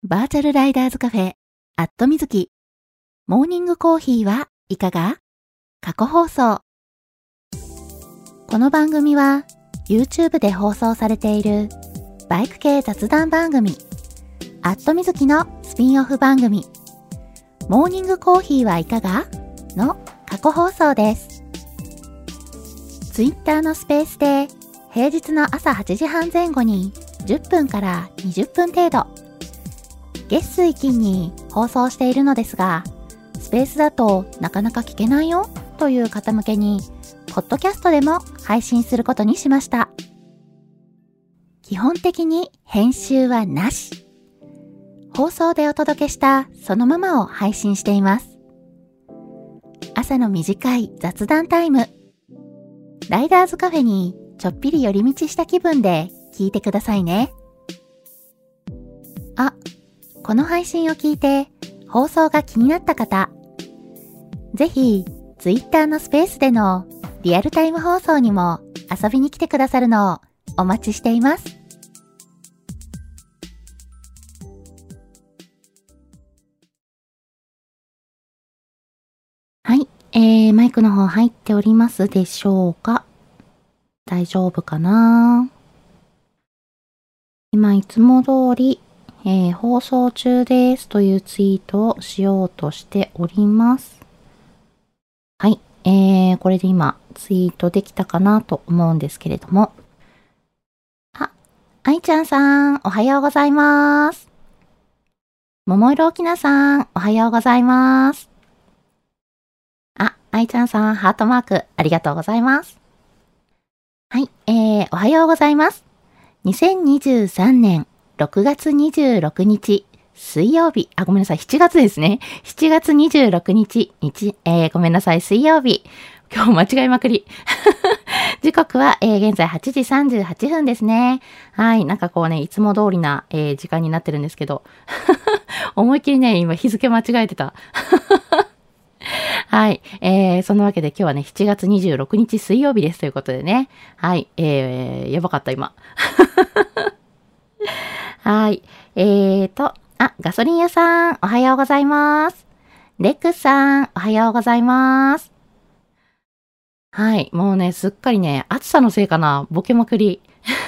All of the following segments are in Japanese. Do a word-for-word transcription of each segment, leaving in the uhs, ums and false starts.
バーチャルライダーズカフェ、アットみずき。モーニングコーヒーはいかが？過去放送。この番組は YouTube で放送されているバイク系雑談番組、アットみずきのスピンオフ番組、モーニングコーヒーはいかが？の過去放送です。Twitter のスペースで平日の朝はちじはん前後にじゅっぷんからにじゅっぷん程度、月水金に放送しているのですが、スペースだとなかなか聞けないよという方向けに、ポッドキャストでも配信することにしました。基本的に編集はなし。放送でお届けしたそのままを配信しています。朝の短い雑談タイム。ライダーズカフェにちょっぴり寄り道した気分で聞いてくださいね。あ、この配信を聞いて放送が気になった方、ぜひ Twitter のスペースでのリアルタイム放送にも遊びに来てくださるのをお待ちしています。はい、えー、マイクの方入っておりますでしょうか？大丈夫かな？今いつも通りえー、放送中ですというツイートをしようとしております。はい、えー、これで今ツイートできたかなと思うんですけれども。あ、愛ちゃんさん、おはようございます。桃色おきなさん、おはようございます。あ、愛ちゃんさん、ハートマーク、ありがとうございます。はい、えー、おはようございます。にせんにじゅうさんねんろくがつにじゅうろくにち水曜日、あ、ごめんなさい、しちがつですね。しちがつにじゅうろくにち、日、えー、ごめんなさい、水曜日。今日間違いまくり。時刻は、えー、現在はちじさんじゅうはっぷんですね。はい、なんかこうね、いつも通りな、えー、時間になってるんですけど、思いっきりね、今日付間違えてた。はい、えー、そんなわけで今日はね、しちがつにじゅうろくにち水曜日ですということでね。はい、えー、やばかった今。はい。えーと、あ、ガソリン屋さん、おはようございます。レックスさん、おはようございます。はい。もうね、すっかりね、暑さのせいかな、ボケまくり。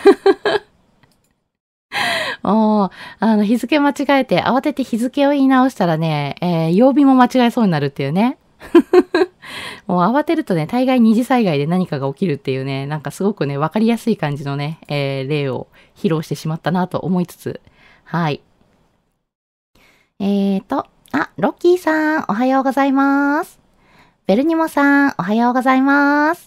もう、あの、日付間違えて、慌てて日付を言い直したらね、えー、曜日も間違えそうになるっていうね。もう慌てるとね、大概二次災害で何かが起きるっていうね、なんかすごくね、わかりやすい感じのね、えー、例を披露してしまったなと思いつつ、はい。えーと、あ、ロッキーさん、おはようございます。ベルニモさん、おはようございます。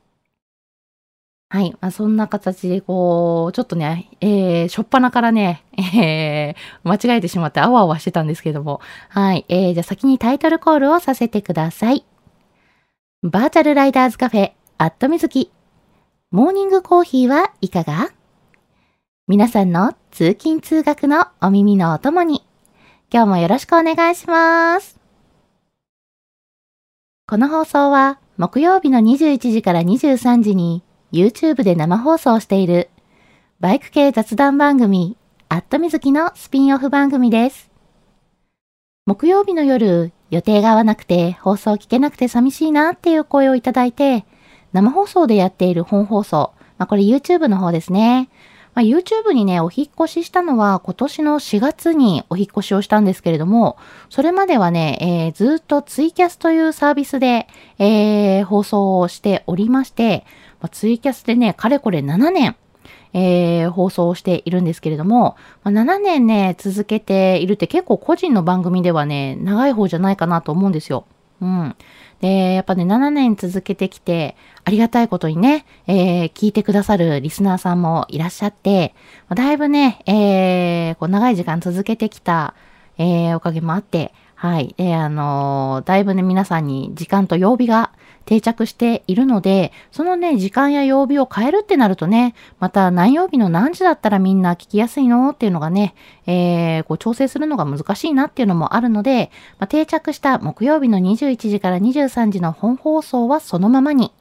はい。まあ、そんな形で、こう、ちょっとね、えー、しょっぱなからね、えー、間違えてしまってあわあわしてたんですけども。はい。えー、じゃあ先にタイトルコールをさせてください。バーチャルライダーズカフェ、アットみずき。モーニングコーヒーはいかが？皆さんの通勤通学のお耳のお供に、今日もよろしくお願いします。この放送は木曜日のにじゅういちじからにじゅうさんじに YouTube で生放送しているバイク系雑談番組アットみずきのスピンオフ番組です。木曜日の夜予定が合わなくて放送聞けなくて寂しいなっていう声をいただいて、生放送でやっている本放送、まあこれ YouTube の方ですね。まあ、YouTube にね、お引っ越ししたのは今年のしがつにお引っ越しをしたんですけれども、それまではね、えー、ずっとツイキャスというサービスで、えー、放送をしておりまして、まあ、ツイキャスでね、かれこれななねん、えー、放送をしているんですけれども、まあ、ななねんね、続けているって結構個人の番組ではね、長い方じゃないかなと思うんですよ。うん。で、やっぱね、ななねん続けてきて、ありがたいことにね、えー、聞いてくださるリスナーさんもいらっしゃって、だいぶね、えー、こう長い時間続けてきた、えー、おかげもあって、はい。で、あのー、だいぶね、皆さんに時間と曜日が定着しているので、そのね、時間や曜日を変えるってなるとね、また何曜日の何時だったらみんな聞きやすいのっていうのがね、えー、こう調整するのが難しいなっていうのもあるので、まあ、定着した木曜日のにじゅういちじからにじゅうさんじの本放送はそのままに、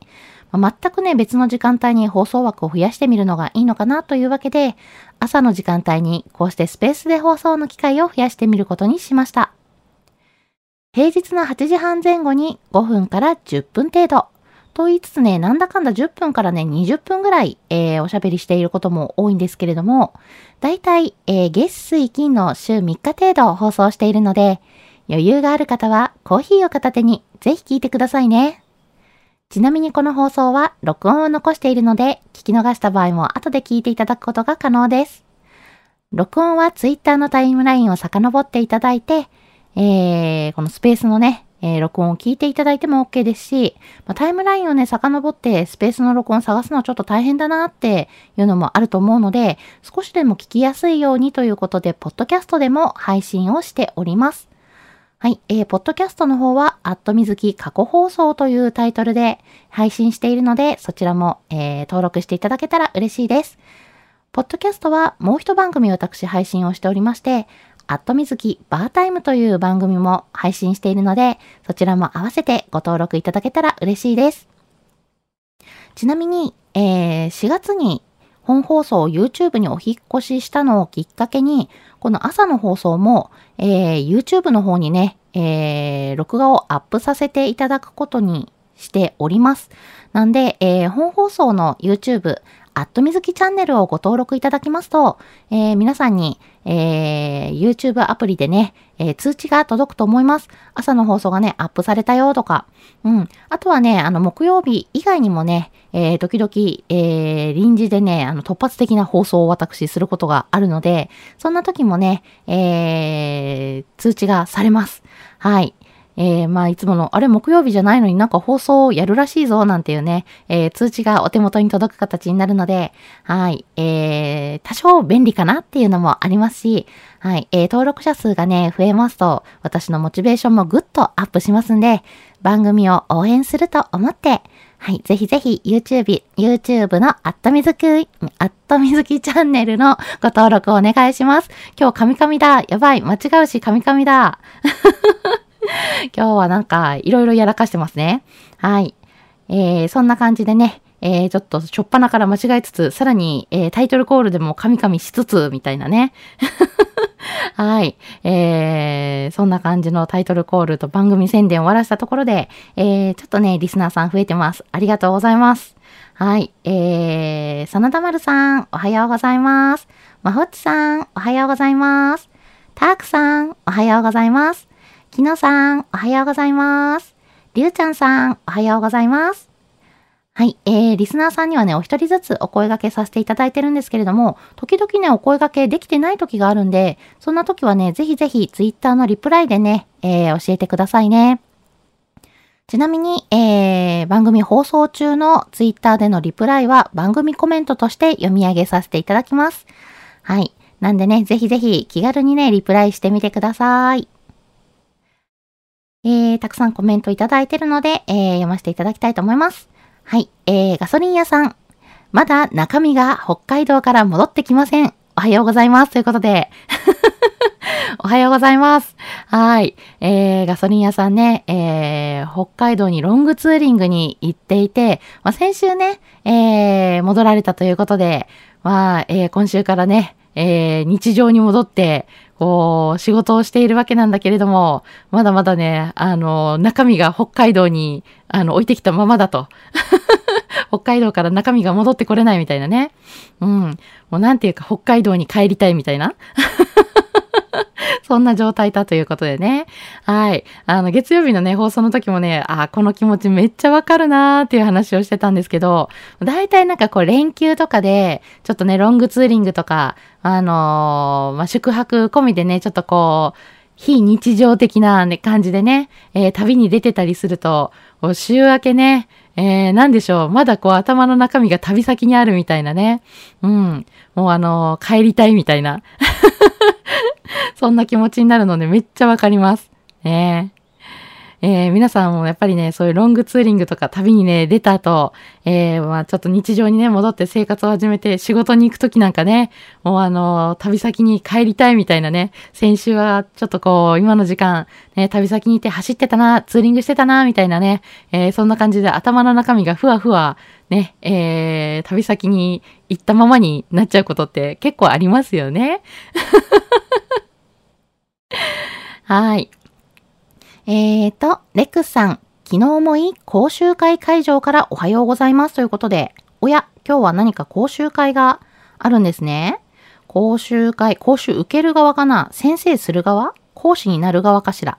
まあ、全くね、別の時間帯に放送枠を増やしてみるのがいいのかなというわけで、朝の時間帯にこうしてスペースで放送の機会を増やしてみることにしました。平日のはちじはん前後にごふんからじゅっぷん程度。と言いつつね、なんだかんだじゅっぷんからね、にじゅっぷんぐらい、えー、おしゃべりしていることも多いんですけれども、だいたい、えー、月水金の週みっか程度放送しているので、余裕がある方はコーヒーを片手にぜひ聞いてくださいね。ちなみにこの放送は録音を残しているので、聞き逃した場合も後で聞いていただくことが可能です。録音はツイッターのタイムラインを遡っていただいて、えー、このスペースのね、えー、録音を聞いていただいても OK ですし、まあ、タイムラインをね、遡ってスペースの録音を探すのはちょっと大変だなっていうのもあると思うので、少しでも聞きやすいようにということで、ポッドキャストでも配信をしております。はい、えー、ポッドキャストの方は、アットみずき過去放送というタイトルで配信しているので、そちらも、えー、登録していただけたら嬉しいです。ポッドキャストはもう一番組私配信をしておりまして、アットみずきバータイムという番組も配信しているので、そちらも合わせてご登録いただけたら嬉しいです。ちなみに、えー、しがつに本放送を YouTube にお引越ししたのをきっかけに、この朝の放送も、えー、YouTube の方にね、えー、録画をアップさせていただくことにしております。なんで、えー、本放送の YouTube、アットみずきチャンネルをご登録いただきますと、えー、皆さんに、えー、YouTube アプリでね、えー、通知が届くと思います。朝の放送がね、アップされたよとか。うん。あとはね、あの、木曜日以外にもね、えー、時々、えー、臨時でね、あの、突発的な放送を私することがあるので、そんな時もね、えー、通知がされます。はい。えー、まあいつもの、あれ木曜日じゃないのになんか放送をやるらしいぞなんていうね、えー、通知がお手元に届く形になるので、はい、えー、多少便利かなっていうのもありますし、はい、えー、登録者数がね、増えますと、私のモチベーションもぐっとアップしますんで、番組を応援すると思って、はい、ぜひぜひ YouTube、YouTube のアットみずき、アットみずきチャンネルのご登録お願いします。今日カミカミだ。やばい、間違うしカミカミだ。今日はなんかいろいろやらかしてますね。はい。えー、そんな感じでね、えー、ちょっとしょっぱなから間違えつつ、さらに、えー、タイトルコールでもカミカミしつつ、みたいなね。はい。えー、そんな感じのタイトルコールと番組宣伝を終わらせたところで、えー、ちょっとね、リスナーさん増えてます。ありがとうございます。はい。えー、真田丸さん、おはようございます。まほっちさん、おはようございます。たーくさん、おはようございます。きのさん、おはようございます。りゅうちゃんさん、おはようございます。はい、えー、リスナーさんにはね、お一人ずつお声掛けさせていただいてるんですけれども、時々ね、お声掛けできてない時があるんで、そんな時はね、ぜひぜひツイッターのリプライでね、えー、教えてくださいね。ちなみに、えー、番組放送中のツイッターでのリプライは番組コメントとして読み上げさせていただきます。はい。なんでね、ぜひぜひ気軽にね、リプライしてみてください。えー、たくさんコメントいただいてるので、えー、読ませていただきたいと思います。はい、えー、ガソリン屋さん。まだ中身が北海道から戻ってきません。おはようございます。ということで。おはようございます。はい。えー、ガソリン屋さんね、えー、北海道にロングツーリングに行っていて、まあ、先週ね、えー、戻られたということで、まあ、えー、今週からね、えー、日常に戻って、こう、仕事をしているわけなんだけれども、まだまだね、あの、中身が北海道に、あの、置いてきたままだと。北海道から中身が戻ってこれないみたいなね。うん。もうなんていうか、北海道に帰りたいみたいな。そんな状態だということでね。はい。あの、月曜日のね、放送の時もね、あ、この気持ちめっちゃわかるなーっていう話をしてたんですけど、大体なんかこう、連休とかで、ちょっとね、ロングツーリングとか、あのー、まあ、宿泊込みでね、ちょっとこう、非日常的な、ね、感じでね、えー、旅に出てたりすると、週明けね、えー、なんでしょう、まだこう頭の中身が旅先にあるみたいなね。うん。もうあのー、帰りたいみたいな。そんな気持ちになるのでめっちゃわかります。ねえー、皆さんもやっぱりね、そういうロングツーリングとか旅にね、出た後、えー、まあちょっと日常にね、戻って生活を始めて、仕事に行くときなんかね、もうあのー、旅先に帰りたいみたいなね、先週はちょっとこう、今の時間、ね、旅先にいて走ってたな、ツーリングしてたな、みたいなね、えー、そんな感じで頭の中身がふわふわ、ね、えー、旅先に行ったままになっちゃうことって結構ありますよね。はい。えーと、レックスさん、昨日もいい講習会会場からおはようございますということで、おや、今日は何か講習会があるんですね。講習会、講習受ける側かな？先生する側？講師になる側かしら。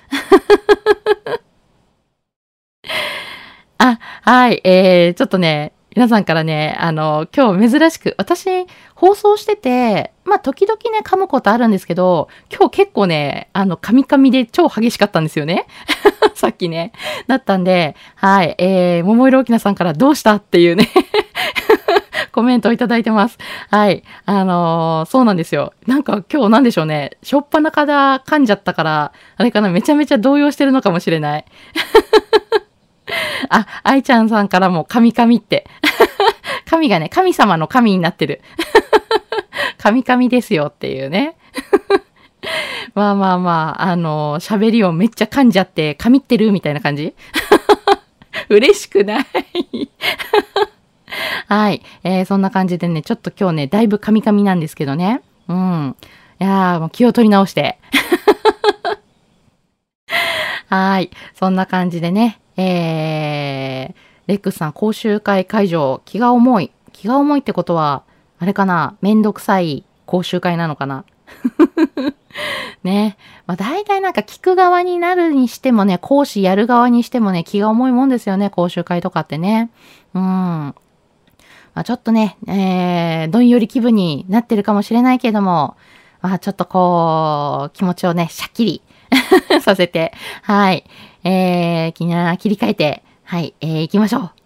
あ、はい、えー、ちょっとね、皆さんからね、あの、今日珍しく、私、放送してて、まあ、時々ね、噛むことあるんですけど、今日結構ね、あの、噛み噛みで超激しかったんですよね。さっきね。だったんで、はい、えー、桃色沖縄さんからどうしたっていうね、コメントをいただいてます。はい。あのー、そうなんですよ。なんか今日なんでしょうね。しょっぱなから噛んじゃったから、あれかな、めちゃめちゃ動揺してるのかもしれない。あ、愛ちゃんさんからも神々って。神がね、神様の神になってる。神々ですよっていうね。まあまあまあ、あのー、喋りをめっちゃ噛んじゃって、神ってるみたいな感じ嬉しくない。はい、えー。そんな感じでね、ちょっと今日ね、だいぶ神々なんですけどね。うん。いやー、もう気を取り直して。はい。そんな感じでね、えー、レックスさん、講習会会場、気が重い。気が重いってことは、あれかな、めんどくさい講習会なのかな。ね。まあ大体なんか聞く側になるにしてもね、講師やる側にしてもね、気が重いもんですよね、講習会とかってね。うん。まあちょっとね、えー、どんより気分になってるかもしれないけども、まあちょっとこう、気持ちをね、シャッキリさせて、はい。えー、気な切り替えて、はい、えー、行きましょう。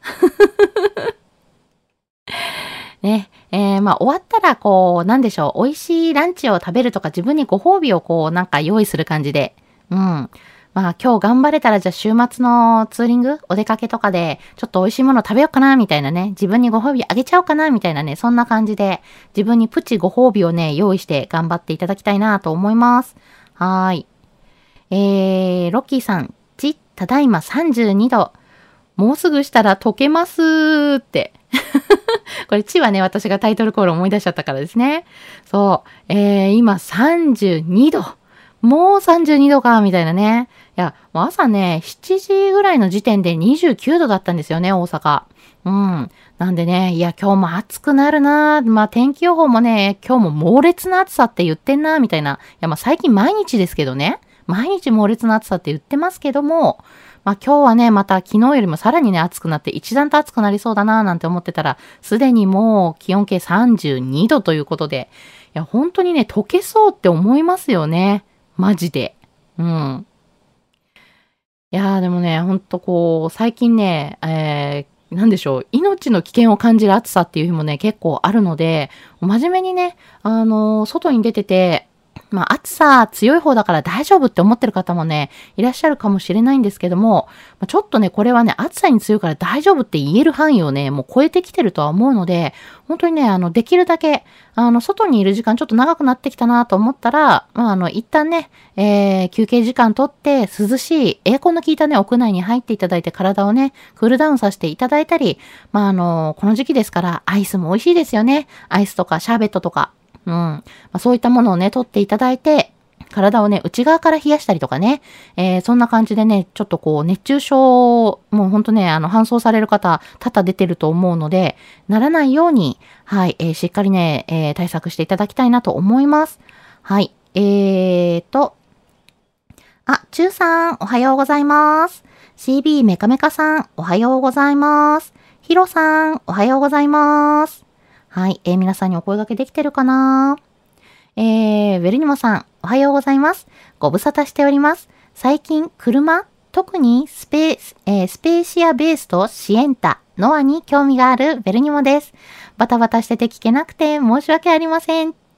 ね、えー、まあ終わったらこう、なんでしょう、美味しいランチを食べるとか自分にご褒美をこう、なんか用意する感じで、うん。まあ今日頑張れたらじゃあ週末のツーリング、お出かけとかで、ちょっと美味しいもの食べようかな、みたいなね、自分にご褒美あげちゃおうかな、みたいなね、そんな感じで、自分にプチご褒美をね、用意して頑張っていただきたいなと思います。はーい。えー、ロッキーさん、ち、ただいまさんじゅうにど。もうすぐしたら溶けますーって。これ、ちはね、私がタイトルコールを思い出しちゃったからですね。そう。えー、今さんじゅうにど。もうさんじゅうにどか、みたいなね。いや、もう朝ね、しちじぐらいの時点でにじゅうきゅうどだったんですよね、大阪。うん。なんでね、いや、今日も暑くなるなまあ、天気予報もね、今日も猛烈な暑さって言ってんなみたいな。いや、まあ、最近毎日ですけどね。毎日猛烈な暑さって言ってますけども、まあ今日はね、また昨日よりもさらにね、暑くなって一段と暑くなりそうだななんて思ってたら、すでにもう気温計さんじゅうにどということで、いや、本当にね、溶けそうって思いますよね。マジで。うん。いやーでもね、ほんとこう、最近ね、えー、なんでしょう、命の危険を感じる暑さっていう日もね、結構あるので、真面目にね、あのー外に出てて、まあ暑さ強い方だから大丈夫って思ってる方もね、いらっしゃるかもしれないんですけども、まあちょっとね、これはね、暑さに強いから大丈夫って言える範囲をね、もう超えてきてるとは思うので、本当にね、あの、できるだけ、あの、外にいる時間ちょっと長くなってきたなと思ったら、まあ、あの、一旦ね、えー、休憩時間とって涼しいエアコンの効いたね、屋内に入っていただいて体をね、クールダウンさせていただいたり、まあ、あの、この時期ですからアイスも美味しいですよね。アイスとかシャーベットとか。うん。まあ、そういったものをね、取っていただいて、体をね、内側から冷やしたりとかね、えー、そんな感じでね、ちょっとこう、熱中症、もうほんとね、あの、搬送される方、多々出てると思うので、ならないように、はい、えー、しっかりね、えー、対策していただきたいなと思います。はい、えーと、あ、ちゅうさん、おはようございます。シービー メカメカさん、おはようございます。ヒロさん、おはようございます。はい、えー、皆さんにお声掛けできてるかな？えー、ウェルニモさん、おはようございます。ご無沙汰しております。最近、車、特にスペース、えー、スペーシアベースとシエンタ、ノアに興味があるベルニモです。バタバタしてて聞けなくて申し訳ありません。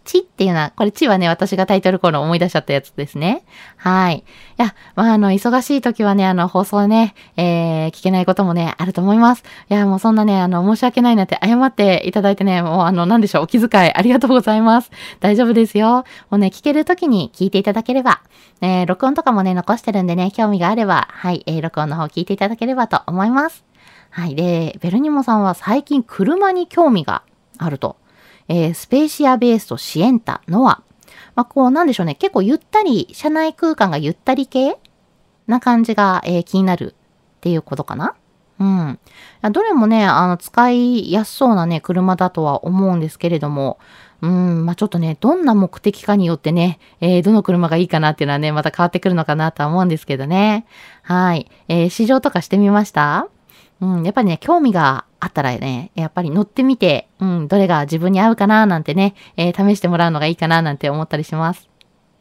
地っていうのは、これ地はね、私がタイトルコールを思い出しちゃったやつですね。はい。いや、まあ、あの、忙しい時はね、あの、放送ね、えー、聞けないこともね、あると思います。いや、もうそんなね、あの、申し訳ないなって謝っていただいてね、もうあの、なんでしょう、お気遣いありがとうございます。大丈夫ですよ。もうね、聞ける時に聞いていただければ、えー、録音とかもね、残してるんでね、興味があれば、はい、えー、録音の方聞いていただければと思います。はい。で、ベルニモさんは最近車に興味があると。えー、スペーシアベースとシエンタ、ノア。まあ、こう、なんでしょうね。結構ゆったり、車内空間がゆったり系な感じが、えー、気になるっていうことかな。うん。どれもね、あの、使いやすそうなね、車だとは思うんですけれども、うん、まあ、ちょっとね、どんな目的かによってね、えー、どの車がいいかなっていうのはね、また変わってくるのかなとは思うんですけどね。はい。えー、試乗とかしてみました？うん、やっぱりね、興味があったらね、やっぱり乗ってみて、うん、どれが自分に合うかななんてね、えー、試してもらうのがいいかななんて思ったりします。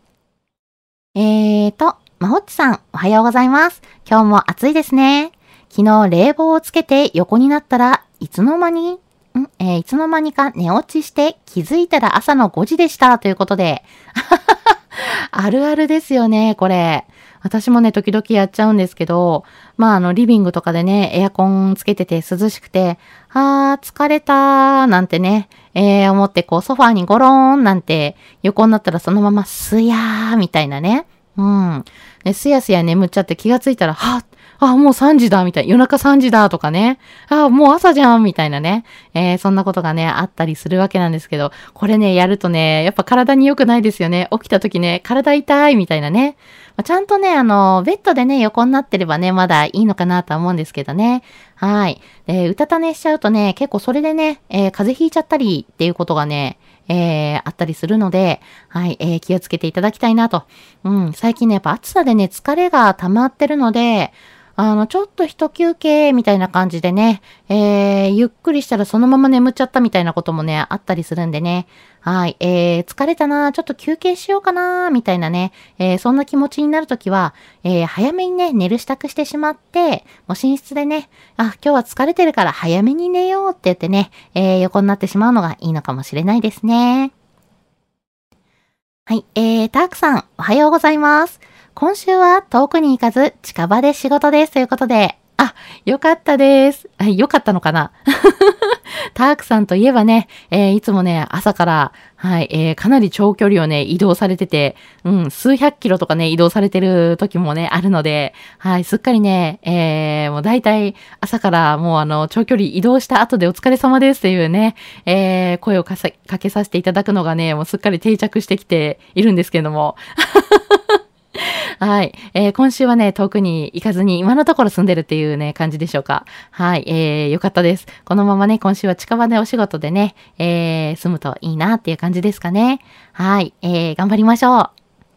えーと、まほっちさん、おはようございます。今日も暑いですね。昨日冷房をつけて横になったらいつの間に、んえー、いつの間にか寝落ちして気づいたら朝のごじでしたということで。あるあるですよね、これ。私もね、時々やっちゃうんですけど、まあ、あの、リビングとかでね、エアコンつけてて涼しくて、あー、疲れたー、なんてね、えー、思って、こう、ソファーにゴローンなんて、横になったらそのまますやー、みたいなね。うん。で、すやすや眠っちゃって気がついたら、はっ、あ、もうさんじだ、みたいな。夜中さんじだ、とかね。あ、もう朝じゃん、みたいなね。えー、そんなことがね、あったりするわけなんですけど、これね、やるとね、やっぱ体に良くないですよね。起きた時ね、体痛い、みたいなね。まあ、ちゃんとね、あの、ベッドでね、横になってればね、まだいいのかなとは思うんですけどね。はい。で、うたた寝しちゃうとね、結構それでね、えー、風邪ひいちゃったりっていうことがね、えー、あったりするので、はい、えー、気をつけていただきたいなと。うん、最近ね、やっぱ暑さでね、疲れが溜まってるので、あの、ちょっと一休憩みたいな感じでね、えー、ゆっくりしたらそのまま眠っちゃったみたいなこともね、あったりするんでね。はい、えー、疲れたな、ちょっと休憩しようかな、みたいなね、えー、そんな気持ちになるときは、えー、早めにね、寝る支度してしまって、もう寝室でね、あ、今日は疲れてるから早めに寝ようって言ってね、えー、横になってしまうのがいいのかもしれないですね。はい、えー、タークさん、おはようございます。今週は遠くに行かず近場で仕事ですということで、あ、よかったです。はい、よかったのかなタークさんといえばね、えー、いつもね、朝から、はい、えー、かなり長距離をね、移動されてて、うん、数百キロとかね、移動されてる時もね、あるので、はい、すっかりね、えー、もう大体朝からもうあの、長距離移動した後でお疲れ様ですっていうね、えー、声をかさかけさせていただくのがね、もうすっかり定着してきているんですけれども、はい。えー、今週はね、遠くに行かずに今のところ住んでるっていうね、感じでしょうか。はい。えー、よかったです。このままね、今週は近場でお仕事でね、えー、住むといいなっていう感じですかね。はい。えー、頑張りましょう。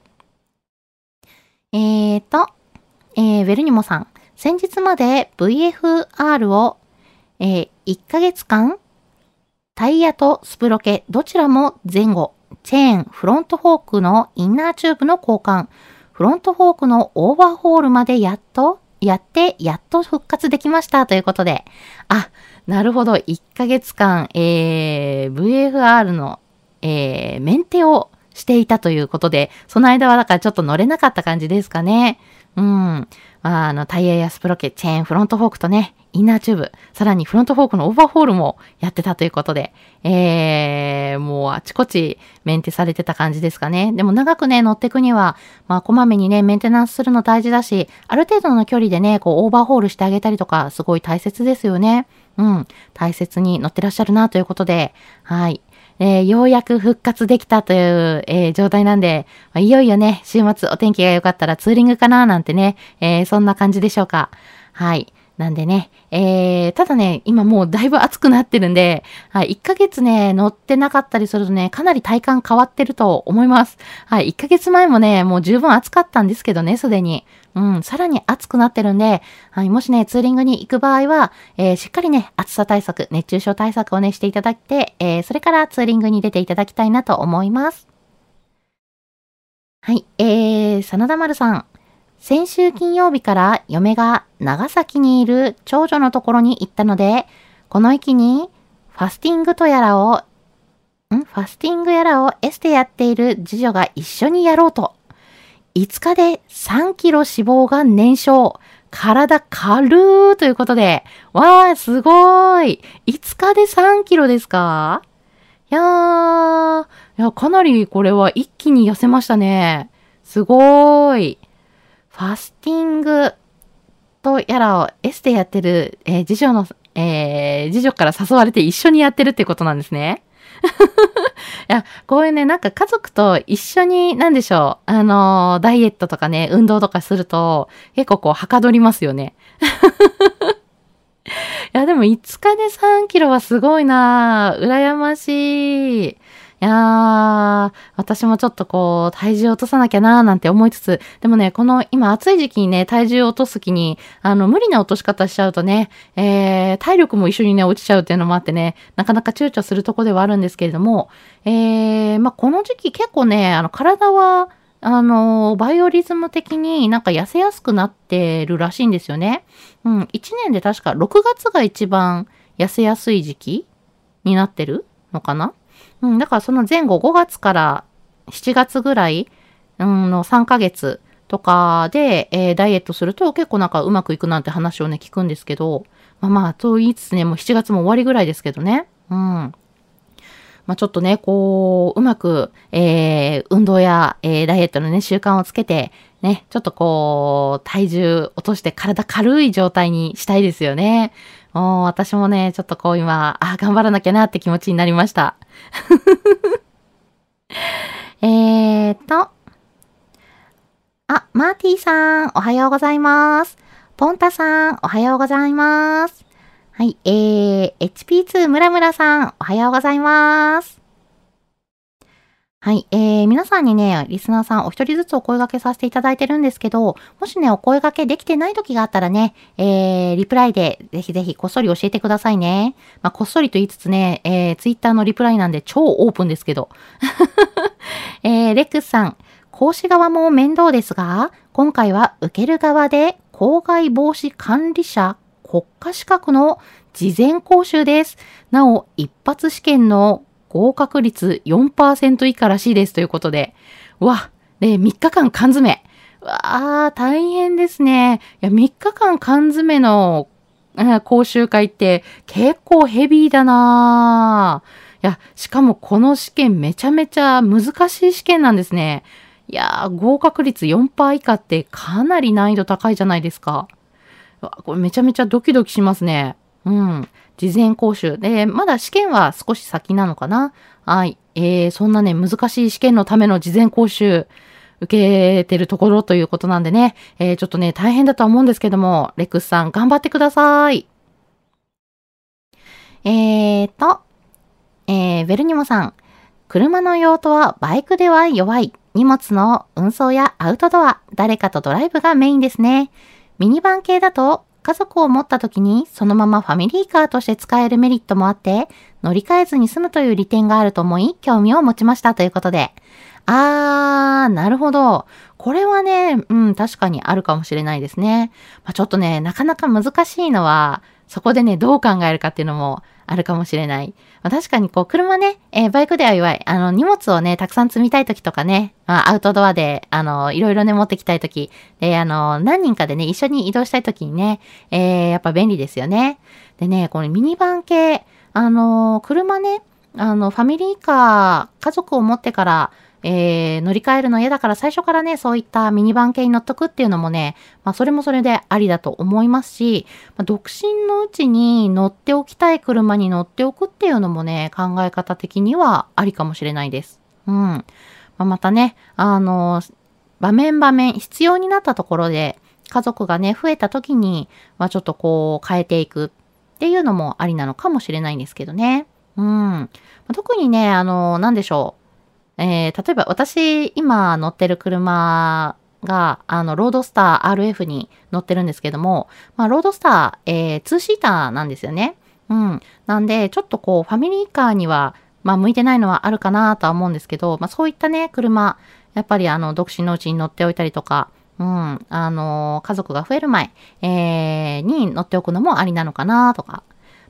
えーと、えー、ベルニモさん。先日まで ブイエフアール を、えー、いっかげつかん、タイヤとスプロケ、どちらも前後、チェーン、フロントフォークのインナーチューブの交換、フロントフォークのオーバーホールまでやっと、やって、やっと復活できましたということで。あ、なるほど。いっかげつかん、えー、ブイエフアール の、えー、メンテをしていたということで、その間はだからちょっと乗れなかった感じですかね。うん。まあ、あの、タイヤやスプロケ、チェーン、フロントフォークとね、インナーチューブ、さらにフロントフォークのオーバーホールもやってたということで、えー、もうあちこちメンテされてた感じですかね。でも長くね、乗ってくには、まあ、こまめにね、メンテナンスするの大事だし、ある程度の距離でね、こう、オーバーホールしてあげたりとか、すごい大切ですよね。うん。大切に乗ってらっしゃるなということで、はい。えー、ようやく復活できたという、えー、状態なんで、まあ、いよいよね、週末お天気が良かったらツーリングかななんてね、えー、そんな感じでしょうか。はい。なんでね、えー、ただね、今もうだいぶ暑くなってるんで、はい、いっかげつね、乗ってなかったりするとね、かなり体感変わってると思います。はい、いっかげつまえもね、もう十分暑かったんですけどね、すでに。うん、さらに暑くなってるんで、はい、もしね、ツーリングに行く場合は、えー、しっかりね、暑さ対策、熱中症対策をね、していただいて、えー、それからツーリングに出ていただきたいなと思います。はい、えー、真田丸さん。先週金曜日から嫁が長崎にいる長女のところに行ったので、この駅にファスティングとやらを、 んファスティングやらをエステやっている次女が一緒にやろうと。いつかでさんキロ脂肪が燃焼。体軽ーということで。わー、すごーい。いつかでさんキロですか？いやー、いや、かなりこれは一気に痩せましたね。すごーい。ファスティングとやらをエステやってる、えー、次女の、えー、次女から誘われて一緒にやってるってことなんですね。いや、こういうね、なんか家族と一緒に、なんでしょう、あのー、ダイエットとかね、運動とかすると、結構こう、はかどりますよね。いや、でもいつかでさんキロはすごいなぁ。羨ましい。いやー、私もちょっとこう、体重落とさなきゃなーなんて思いつつ、でもね、この今暑い時期にね、体重を落とす気に、あの、無理な落とし方しちゃうとね、えー、体力も一緒にね、落ちちゃうっていうのもあってね、なかなか躊躇するとこではあるんですけれども、えー、まあ、この時期結構ね、あの、体は、あの、バイオリズム的になんか痩せやすくなってるらしいんですよね。うん、いちねんで確かろくがつが一番痩せやすい時期になってるのかな。うん、だからその前後ごがつからしちがつぐらい、うん、のさんかげつとかで、えーダイエットすると結構なんかうまくいくなんて話をね、聞くんですけど、まあまあ、と言いつつね、もうしちがつも終わりぐらいですけどね。うん。まあ、ちょっとね、こう、うまく、えー、運動や、えー、ダイエットのね、習慣をつけて、ね、ちょっとこう、体重落として体軽い状態にしたいですよね。もう私もね、ちょっとこう今、あ、頑張らなきゃなって気持ちになりました。えーと、あ、マーティーさん、おはようございます。ポンタさん、おはようございます。はい、えー、エイチピーツー ムラムラさん、おはようございます。はい、えー、皆さんにね、リスナーさんお一人ずつお声掛けさせていただいてるんですけど、もしね、お声掛けできてない時があったらね、えー、リプライでぜひぜひこっそり教えてくださいね。まあ、こっそりと言いつつね、えー、ツイッターのリプライなんで超オープンですけど。えー、レックスさん、講師側も面倒ですが、今回は受ける側で、公害防止管理者国家資格の事前講習です。なお、一発試験の合格率 よんパーセント 以下らしいですということで。うわ、で、みっかかん缶詰。うわー、大変ですね。いや、みっかかん缶詰の、うん、講習会って結構ヘビーだなー。いや、しかもこの試験めちゃめちゃ難しい試験なんですね。いやー、合格率 よんパーセント 以下ってかなり難易度高いじゃないですか。うわ、これめちゃめちゃドキドキしますね。うん。事前講習。で、まだ試験は少し先なのかな。はい。えー、そんなね、難しい試験のための事前講習、受けてるところということなんでね、えー、ちょっとね、大変だとは思うんですけども、レックスさん頑張ってください。えーと、えー、ベルニモさん。車の用途はバイクでは弱い。荷物の運送やアウトドア、誰かとドライブがメインですね。ミニバン系だと家族を持った時にそのままファミリーカーとして使えるメリットもあって乗り換えずに済むという利点があると思い興味を持ちましたということで。あー、なるほど。これはね、うん、確かにあるかもしれないですね。まあ、ちょっとね、なかなか難しいのはそこでね、どう考えるかっていうのもあるかもしれない。まあ、確かにこう、車ね、えー、バイクでは弱い。あの、荷物をね、たくさん積みたいときとかね、まあ、アウトドアで、あの、いろいろね、持ってきたいとき、で、あの、何人かでね、一緒に移動したいときにね、えー、やっぱ便利ですよね。でね、このミニバン系、あの、車ね、あの、ファミリーカー、家族を持ってから、えー、乗り換えるの嫌だから最初からね、そういったミニバン系に乗っとくっていうのもね、まあそれもそれでありだと思いますし、まあ、独身のうちに乗っておきたい車に乗っておくっていうのもね、考え方的にはありかもしれないです。うん。まあ、またね、あの、場面場面必要になったところで、家族がね、増えた時に、まあちょっとこう変えていくっていうのもありなのかもしれないんですけどね。うん。まあ、特にね、あの、なんでしょう。えー、例えば私今乗ってる車があのロードスター アールエフ に乗ってるんですけども、まあロードスター、えー、ツーシーターなんですよね。うん。なんでちょっとこうファミリーカーにはまあ向いてないのはあるかなとは思うんですけど、まあそういったね車やっぱりあの独身のうちに乗っておいたりとか、うん、あの家族が増える前、えー、に乗っておくのもありなのかなとか。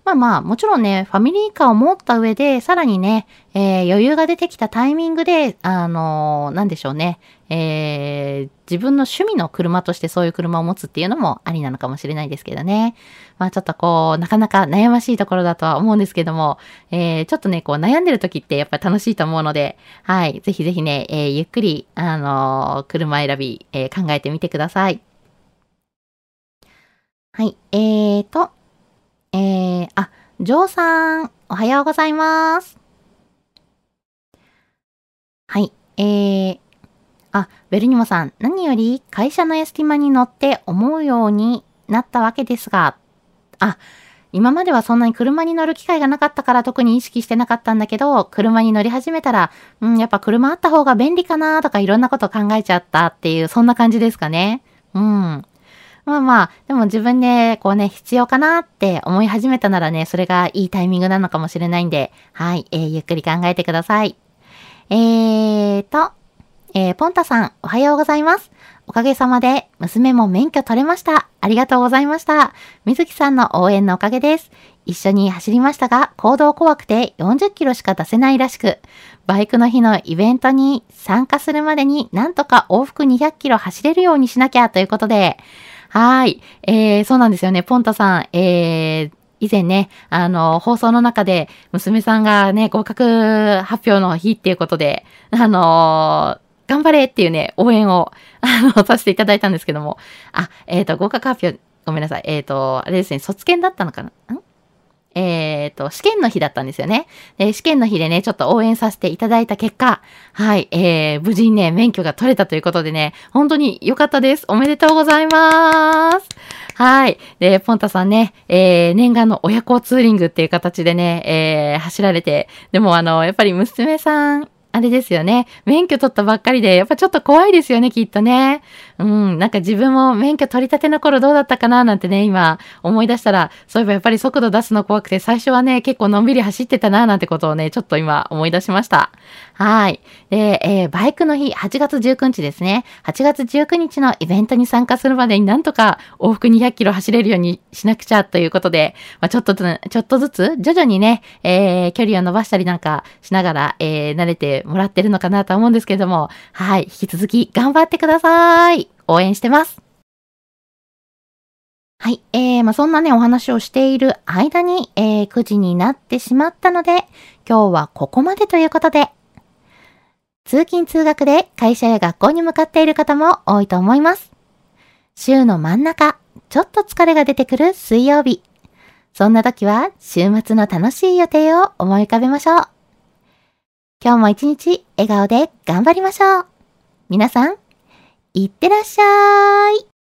まあまあ、もちろんね、ファミリーカーを持った上で、さらにね、えー、余裕が出てきたタイミングで、あのー、なんでしょうね、えー、自分の趣味の車としてそういう車を持つっていうのもありなのかもしれないですけどね。まあちょっとこう、なかなか悩ましいところだとは思うんですけども、えー、ちょっとね、こう悩んでる時ってやっぱり楽しいと思うので、はい、ぜひぜひね、えー、ゆっくり、あのー、車選び、えー、考えてみてください。はい、えーと、えー、あ、ジョーさん、おはようございます。はい、えー、あ、ベルニモさん、何より会社のエスティマに乗って思うようになったわけですが、あ、今まではそんなに車に乗る機会がなかったから特に意識してなかったんだけど、車に乗り始めたら、うん、やっぱ車あった方が便利かなとかいろんなこと考えちゃったっていう、そんな感じですかね。うん。まあまあ、でも自分でこうね、必要かなって思い始めたならね、それがいいタイミングなのかもしれないんで、はい、えー、ゆっくり考えてください。えーと、えー、ポンタさん、おはようございます。おかげさまで、娘も免許取れました。ありがとうございました。みずきさんの応援のおかげです。一緒に走りましたが、行動怖くてよんじゅっキロしか出せないらしく、バイクの日のイベントに参加するまでになんとか往復にひゃっキロ走れるようにしなきゃということで、はい。えー、そうなんですよね。ポンタさん、えー、以前ね、あの、放送の中で、娘さんがね、合格発表の日っていうことで、あのー、頑張れっていうね、応援を、あの、させていただいたんですけども、あ、えっと、合格発表、ごめんなさい。えっと、あれですね、卒検だったのかなんえっと、試験の日だったんですよね。で、試験の日でね、ちょっと応援させていただいた結果、はい、えー、無事にね、免許が取れたということでね、本当に良かったです。おめでとうございます。はい。で、ポンタさんね、えー、念願の親子ツーリングっていう形でね、えー、走られて、でもあの、やっぱり娘さん、あれですよね。免許取ったばっかりで、やっぱちょっと怖いですよね、きっとね。うん、なんか自分も免許取り立ての頃どうだったかななんてね、今思い出したら、そういえばやっぱり速度出すの怖くて、最初はね、結構のんびり走ってたななんてことをね、ちょっと今思い出しました。はい。で、えー、バイクの日、はちがつじゅうくにちですね。はちがつじゅうくにちのイベントに参加するまでになんとか往復にひゃっキロ走れるようにしなくちゃということで、まあ、ちょっとずつ、ちょっとずつ、徐々にね、えー、距離を伸ばしたりなんかしながら、えー、慣れてもらってるのかなと思うんですけれども、はい。引き続き頑張ってください。応援してます。はい。えー、まあ、そんなね、お話をしている間に、えー、くじになってしまったので、今日はここまでということで、通勤通学で会社や学校に向かっている方も多いと思います。週の真ん中、ちょっと疲れが出てくる水曜日。そんな時は、週末の楽しい予定を思い浮かべましょう。今日も一日笑顔で頑張りましょう。皆さん、いってらっしゃい。